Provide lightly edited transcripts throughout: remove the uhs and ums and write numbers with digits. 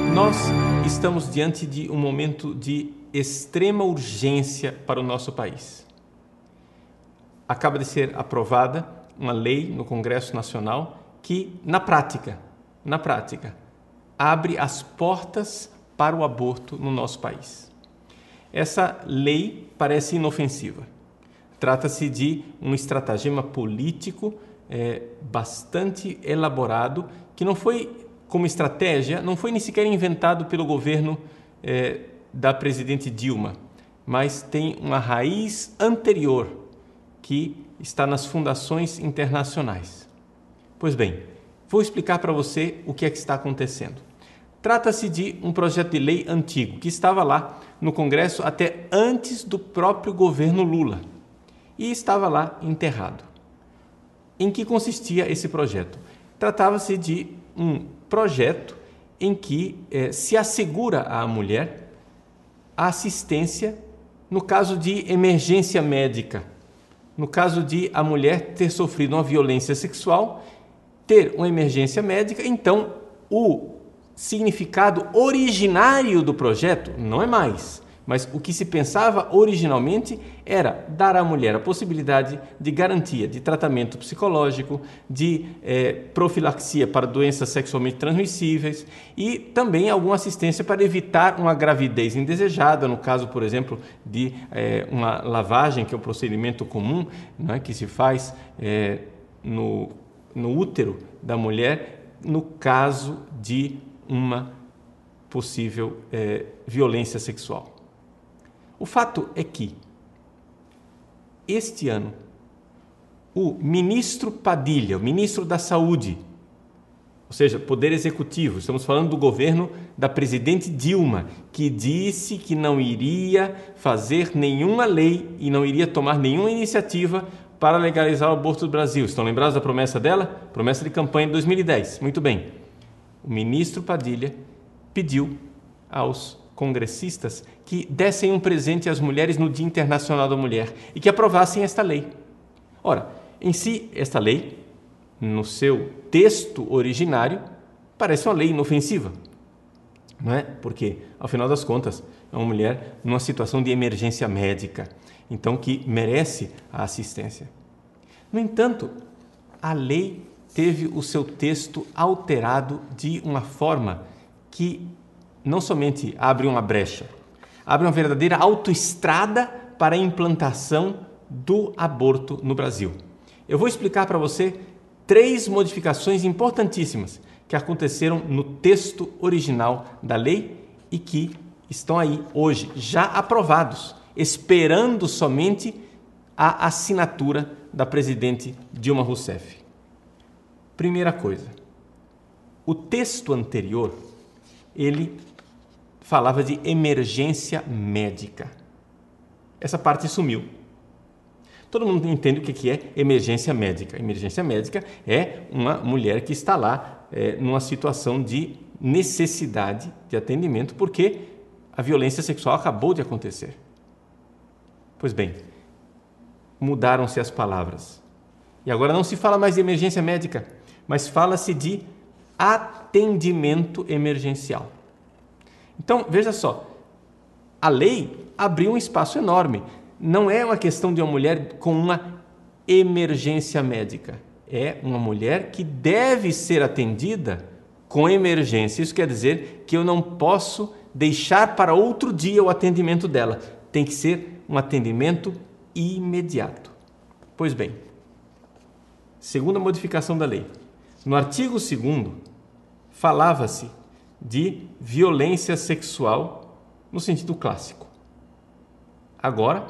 Nós estamos diante de um momento de extrema urgência para o nosso país. Acaba de ser aprovada uma lei no Congresso Nacional que, na prática, abre as portas para o aborto no nosso país. Essa lei parece inofensiva. Trata-se de um estratagema político bastante elaborado, que não foi como estratégia, não foi nem sequer inventado pelo governo da presidente Dilma, mas tem uma raiz anterior que está nas fundações internacionais. Pois bem, vou explicar para você o que é que está acontecendo. Trata-se de um projeto de lei antigo que estava lá no Congresso até antes do próprio governo Lula e estava lá enterrado. Em que consistia esse projeto? Tratava-se de um projeto em que se assegura à mulher a assistência no caso de emergência médica, no caso de a mulher ter sofrido uma violência sexual, ter uma emergência médica. Então o significado originário do projeto não é mais, mas o que se pensava originalmente era dar à mulher a possibilidade de garantia de tratamento psicológico, de profilaxia para doenças sexualmente transmissíveis e também alguma assistência para evitar uma gravidez indesejada, no caso, por exemplo, de uma lavagem, que é um procedimento comum, né, que se faz no útero da mulher, no caso de uma possível violência sexual. O fato é que, este ano, o ministro Padilha, o ministro da Saúde, ou seja, Poder Executivo, estamos falando do governo da presidente Dilma, que disse que não iria fazer nenhuma lei e não iria tomar nenhuma iniciativa para legalizar o aborto no Brasil. Estão lembrados da promessa dela? Promessa de campanha de 2010. Muito bem. O ministro Padilha pediu aos congressistas que dessem um presente às mulheres no Dia Internacional da Mulher e que aprovassem esta lei. Ora, em si, esta lei, no seu texto originário, parece uma lei inofensiva, não é? Porque, ao final das contas, é uma mulher numa situação de emergência médica, então que merece a assistência. No entanto, a lei teve o seu texto alterado de uma forma que não somente abre uma brecha, abre uma verdadeira autoestrada para a implantação do aborto no Brasil. Eu vou explicar para você 3 modificações importantíssimas que aconteceram no texto original da lei e que estão aí hoje, já aprovados, esperando somente a assinatura da presidente Dilma Rousseff. Primeira coisa, o texto anterior, ele falava de emergência médica. Essa parte sumiu. Todo mundo entende o que é emergência médica. Emergência médica é uma mulher que está lá numa situação de necessidade de atendimento porque a violência sexual acabou de acontecer. Pois bem, mudaram-se as palavras. E agora não se fala mais de emergência médica, mas fala-se de atendimento emergencial. Então, veja só, a lei abriu um espaço enorme. Não é uma questão de uma mulher com uma emergência médica. É uma mulher que deve ser atendida com emergência. Isso quer dizer que eu não posso deixar para outro dia o atendimento dela. Tem que ser um atendimento imediato. Pois bem, segunda modificação da lei. No artigo 2º, falava-se de violência sexual no sentido clássico. Agora,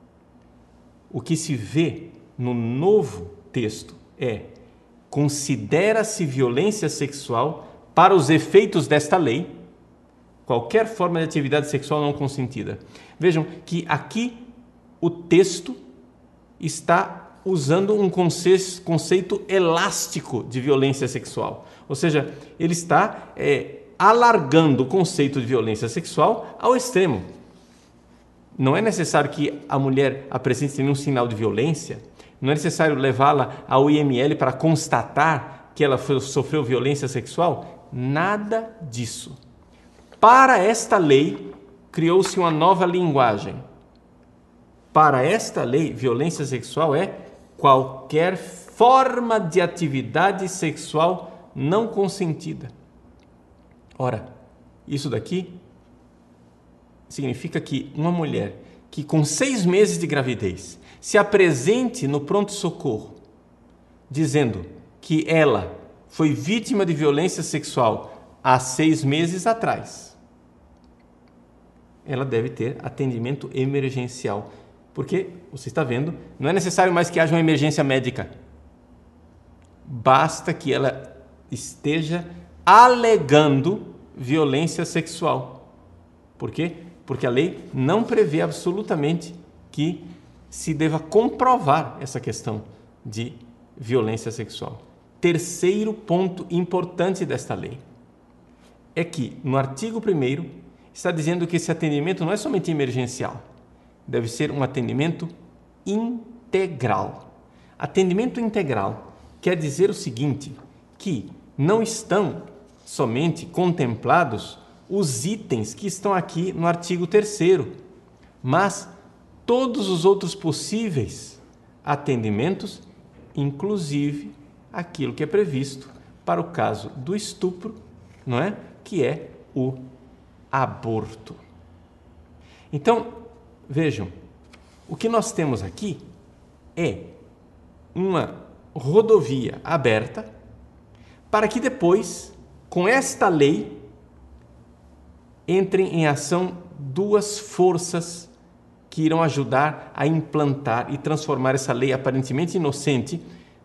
o que se vê no novo texto é: considera-se violência sexual, para os efeitos desta lei, qualquer forma de atividade sexual não consentida. Vejam que aqui o texto está usando um conceito elástico de violência sexual. Ou seja, ele está alargando o conceito de violência sexual ao extremo. Não é necessário que a mulher apresente nenhum sinal de violência, não é necessário levá-la ao IML para constatar que ela sofreu violência sexual, nada disso. Para esta lei, criou-se uma nova linguagem. Para esta lei, violência sexual é qualquer forma de atividade sexual não consentida. Ora, isso daqui significa que uma mulher que com 6 meses de gravidez se apresente no pronto-socorro dizendo que ela foi vítima de violência sexual há 6 meses atrás, ela deve ter atendimento emergencial. Porque, você está vendo, não é necessário mais que haja uma emergência médica. Basta que ela esteja alegando violência sexual. Por quê? Porque a lei não prevê absolutamente que se deva comprovar essa questão de violência sexual. Terceiro ponto importante desta lei é que, no artigo 1º, está dizendo que esse atendimento não é somente emergencial, deve ser um atendimento integral. Atendimento integral quer dizer o seguinte, que não estão somente contemplados os itens que estão aqui no artigo 3º, mas todos os outros possíveis atendimentos, inclusive aquilo que é previsto para o caso do estupro, não é? Que é o aborto. Então, vejam, o que nós temos aqui é uma rodovia aberta para que depois, com esta lei, entrem em ação 2 forças que irão ajudar a implantar e transformar essa lei aparentemente inocente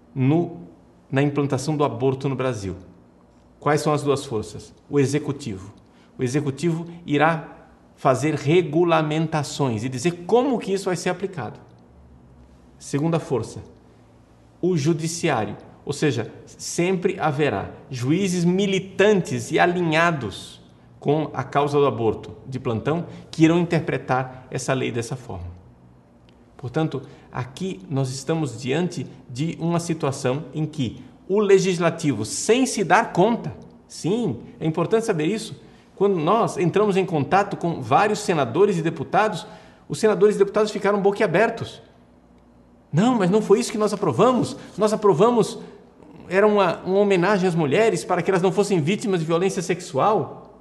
na implantação do aborto no Brasil. Quais são as 2 forças? O Executivo. O Executivo irá fazer regulamentações e dizer como que isso vai ser aplicado. Segunda força, o Judiciário, ou seja, sempre haverá juízes militantes e alinhados com a causa do aborto de plantão que irão interpretar essa lei dessa forma. Portanto, aqui nós estamos diante de uma situação em que o Legislativo, sem se dar conta, sim, é importante saber isso, quando nós entramos em contato com vários senadores e deputados, os senadores e deputados ficaram boquiabertos. Não, mas não foi isso que nós aprovamos. Nós aprovamos, era uma homenagem às mulheres para que elas não fossem vítimas de violência sexual.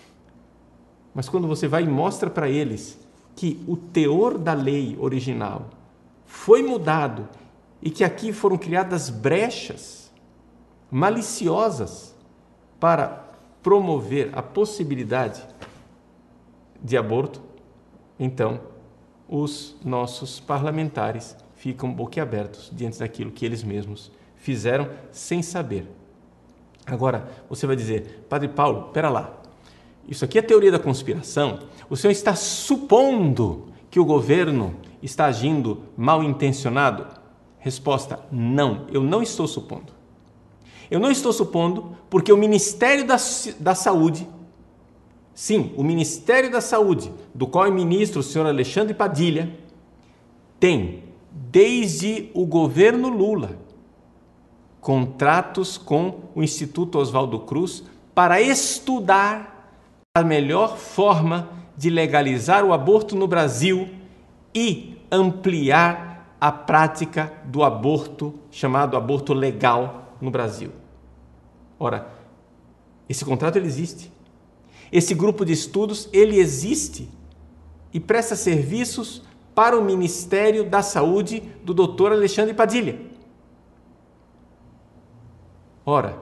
Mas quando você vai e mostra para eles que o teor da lei original foi mudado e que aqui foram criadas brechas maliciosas para promover a possibilidade de aborto, então os nossos parlamentares ficam boquiabertos diante daquilo que eles mesmos fizeram sem saber. Agora, você vai dizer, Padre Paulo, espera lá, isso aqui é teoria da conspiração? O senhor está supondo que o governo está agindo mal intencionado? Resposta, não, eu não estou supondo. Eu não estou supondo porque o Ministério da Saúde, sim, o Ministério da Saúde, do qual é ministro o senhor Alexandre Padilha, tem, desde o governo Lula, contratos com o Instituto Oswaldo Cruz para estudar a melhor forma de legalizar o aborto no Brasil e ampliar a prática do aborto, chamado aborto legal, no Brasil. Ora, esse contrato ele existe. Esse grupo de estudos ele existe e presta serviços para o Ministério da Saúde do Dr. Alexandre Padilha. Ora,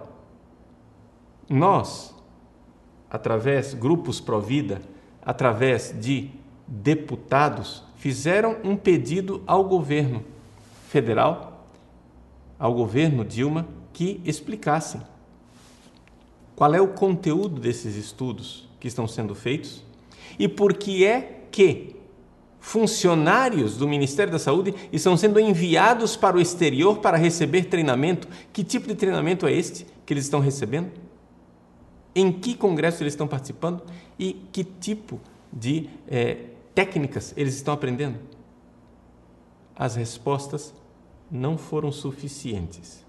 nós, através grupos Provida, através de deputados, fizeram um pedido ao governo federal, ao governo Dilma, que explicassem qual é o conteúdo desses estudos que estão sendo feitos e por que é que funcionários do Ministério da Saúde estão sendo enviados para o exterior para receber treinamento. Que tipo de treinamento é este que eles estão recebendo? Em que congresso eles estão participando? E que tipo de técnicas eles estão aprendendo? As respostas não foram suficientes.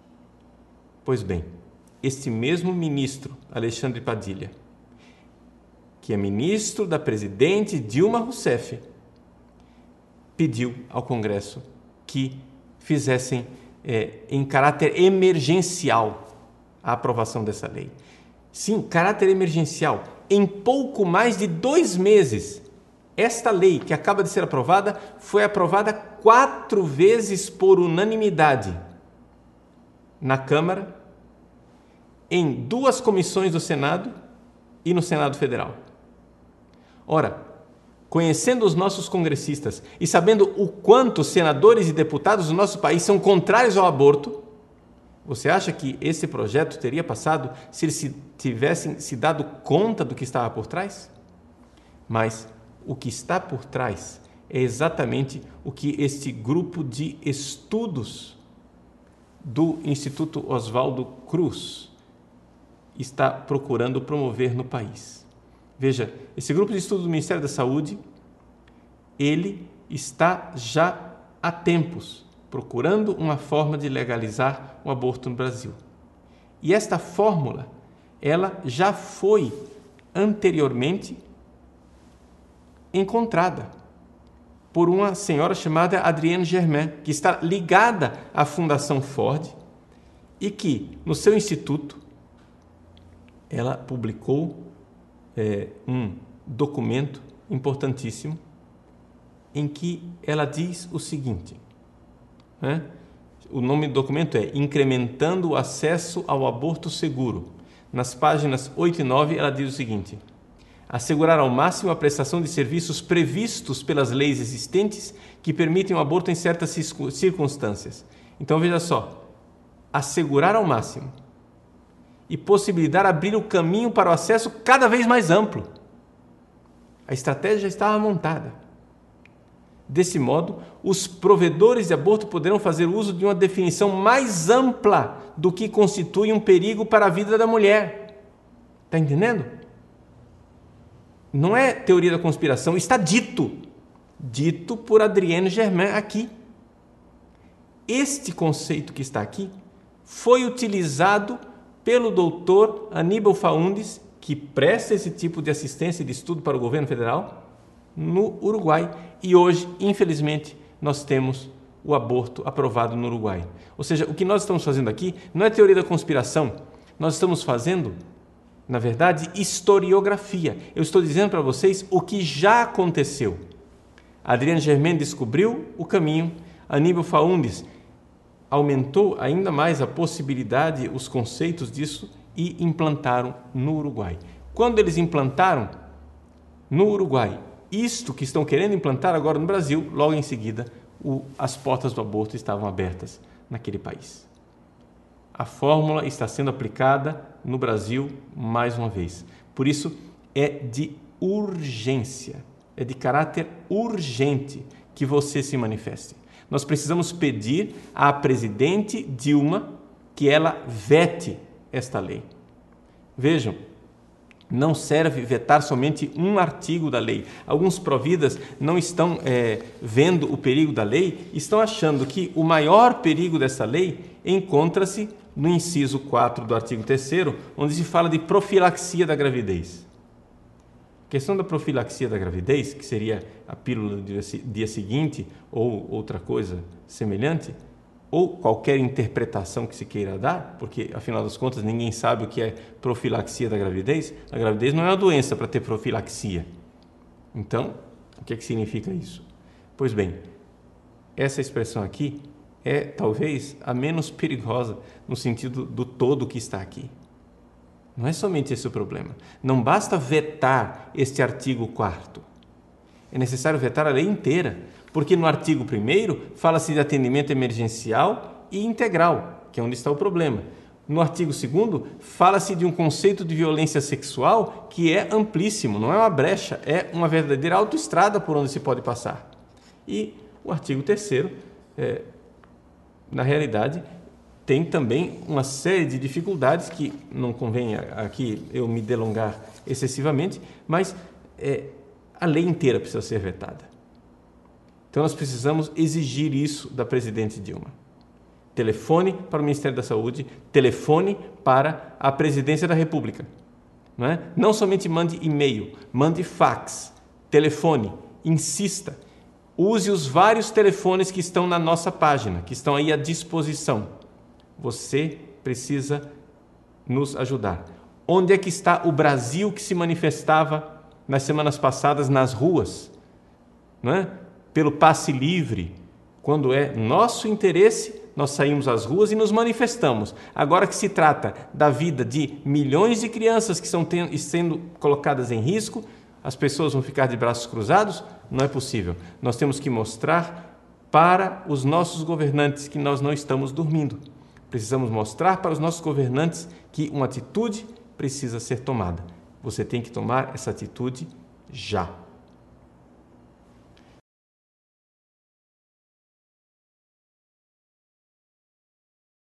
Pois bem, este mesmo ministro, Alexandre Padilha, que é ministro da presidente Dilma Rousseff, pediu ao Congresso que fizessem em caráter emergencial a aprovação dessa lei. Sim, caráter emergencial. Em pouco mais de 2 meses, esta lei que acaba de ser aprovada foi aprovada 4 vezes por unanimidade na Câmara, em 2 comissões do Senado e no Senado Federal. Ora, conhecendo os nossos congressistas e sabendo o quanto senadores e deputados do nosso país são contrários ao aborto, você acha que esse projeto teria passado se eles tivessem se dado conta do que estava por trás? Mas o que está por trás é exatamente o que este grupo de estudos do Instituto Oswaldo Cruz está procurando promover no país. Veja, esse grupo de estudo do Ministério da Saúde, ele está já há tempos procurando uma forma de legalizar o aborto no Brasil. E esta fórmula, ela já foi anteriormente encontrada por uma senhora chamada Adrienne Germain, que está ligada à Fundação Ford e que, no seu instituto, ela publicou um documento importantíssimo em que ela diz o seguinte, o nome do documento é Incrementando o Acesso ao Aborto Seguro. Nas páginas 8 e 9 ela diz o seguinte: assegurar ao máximo a prestação de serviços previstos pelas leis existentes que permitem o aborto em certas circunstâncias. Então veja só, assegurar ao máximo e possibilitar abrir o caminho para o acesso cada vez mais amplo. A estratégia já estava montada. Desse modo, os provedores de aborto poderão fazer uso de uma definição mais ampla do que constitui um perigo para a vida da mulher. Está entendendo? Não é teoria da conspiração, está dito por Adrienne Germain aqui. Este conceito que está aqui foi utilizado pelo doutor Aníbal Faúndes, que presta esse tipo de assistência e de estudo para o governo federal, no Uruguai. E hoje, infelizmente, nós temos o aborto aprovado no Uruguai. Ou seja, o que nós estamos fazendo aqui não é teoria da conspiração, nós estamos fazendo, na verdade, historiografia. Eu estou dizendo para vocês o que já aconteceu. Adrienne Germain descobriu o caminho, Aníbal Faúndes aumentou ainda mais a possibilidade, os conceitos disso, e implantaram no Uruguai. Quando eles implantaram no Uruguai isto que estão querendo implantar agora no Brasil, logo em seguida as portas do aborto estavam abertas naquele país. A fórmula está sendo aplicada no Brasil mais uma vez. Por isso, é de urgência, é de caráter urgente que você se manifeste. Nós precisamos pedir à presidente Dilma que ela vete esta lei. Vejam, não serve vetar somente um artigo da lei. Alguns providas não estão vendo o perigo da lei, estão achando que o maior perigo dessa lei encontra-se no inciso 4 do artigo 3º, onde se fala de profilaxia da gravidez. A questão da profilaxia da gravidez, que seria a pílula do dia seguinte ou outra coisa semelhante, ou qualquer interpretação que se queira dar, porque, afinal das contas, ninguém sabe o que é profilaxia da gravidez. A gravidez não é uma doença para ter profilaxia. Então, o que significa isso? Pois bem, essa expressão aqui é, talvez, a menos perigosa no sentido do todo que está aqui. Não é somente esse o problema. Não basta vetar este artigo 4º. É necessário vetar a lei inteira, porque no artigo 1º fala-se de atendimento emergencial e integral, que é onde está o problema. No artigo 2º fala-se de um conceito de violência sexual que é amplíssimo, não é uma brecha, é uma verdadeira autoestrada por onde se pode passar. E o artigo 3º, na realidade, tem também uma série de dificuldades que não convém aqui eu me delongar excessivamente, mas a lei inteira precisa ser vetada. Então nós precisamos exigir isso da presidente Dilma. Telefone para o Ministério da Saúde, telefone para a Presidência da República, não é? Não somente mande e-mail, mande fax, telefone, insista. Use os vários telefones que estão na nossa página, que estão aí à disposição. Você precisa nos ajudar. Onde é que está o Brasil que se manifestava nas semanas passadas nas ruas? Não é? Pelo passe livre. Quando é nosso interesse, nós saímos às ruas e nos manifestamos. Agora que se trata da vida de milhões de crianças que estão sendo colocadas em risco, as pessoas vão ficar de braços cruzados? Não é possível. Nós temos que mostrar para os nossos governantes que nós não estamos dormindo. Precisamos mostrar para os nossos governantes que uma atitude precisa ser tomada. Você tem que tomar essa atitude já.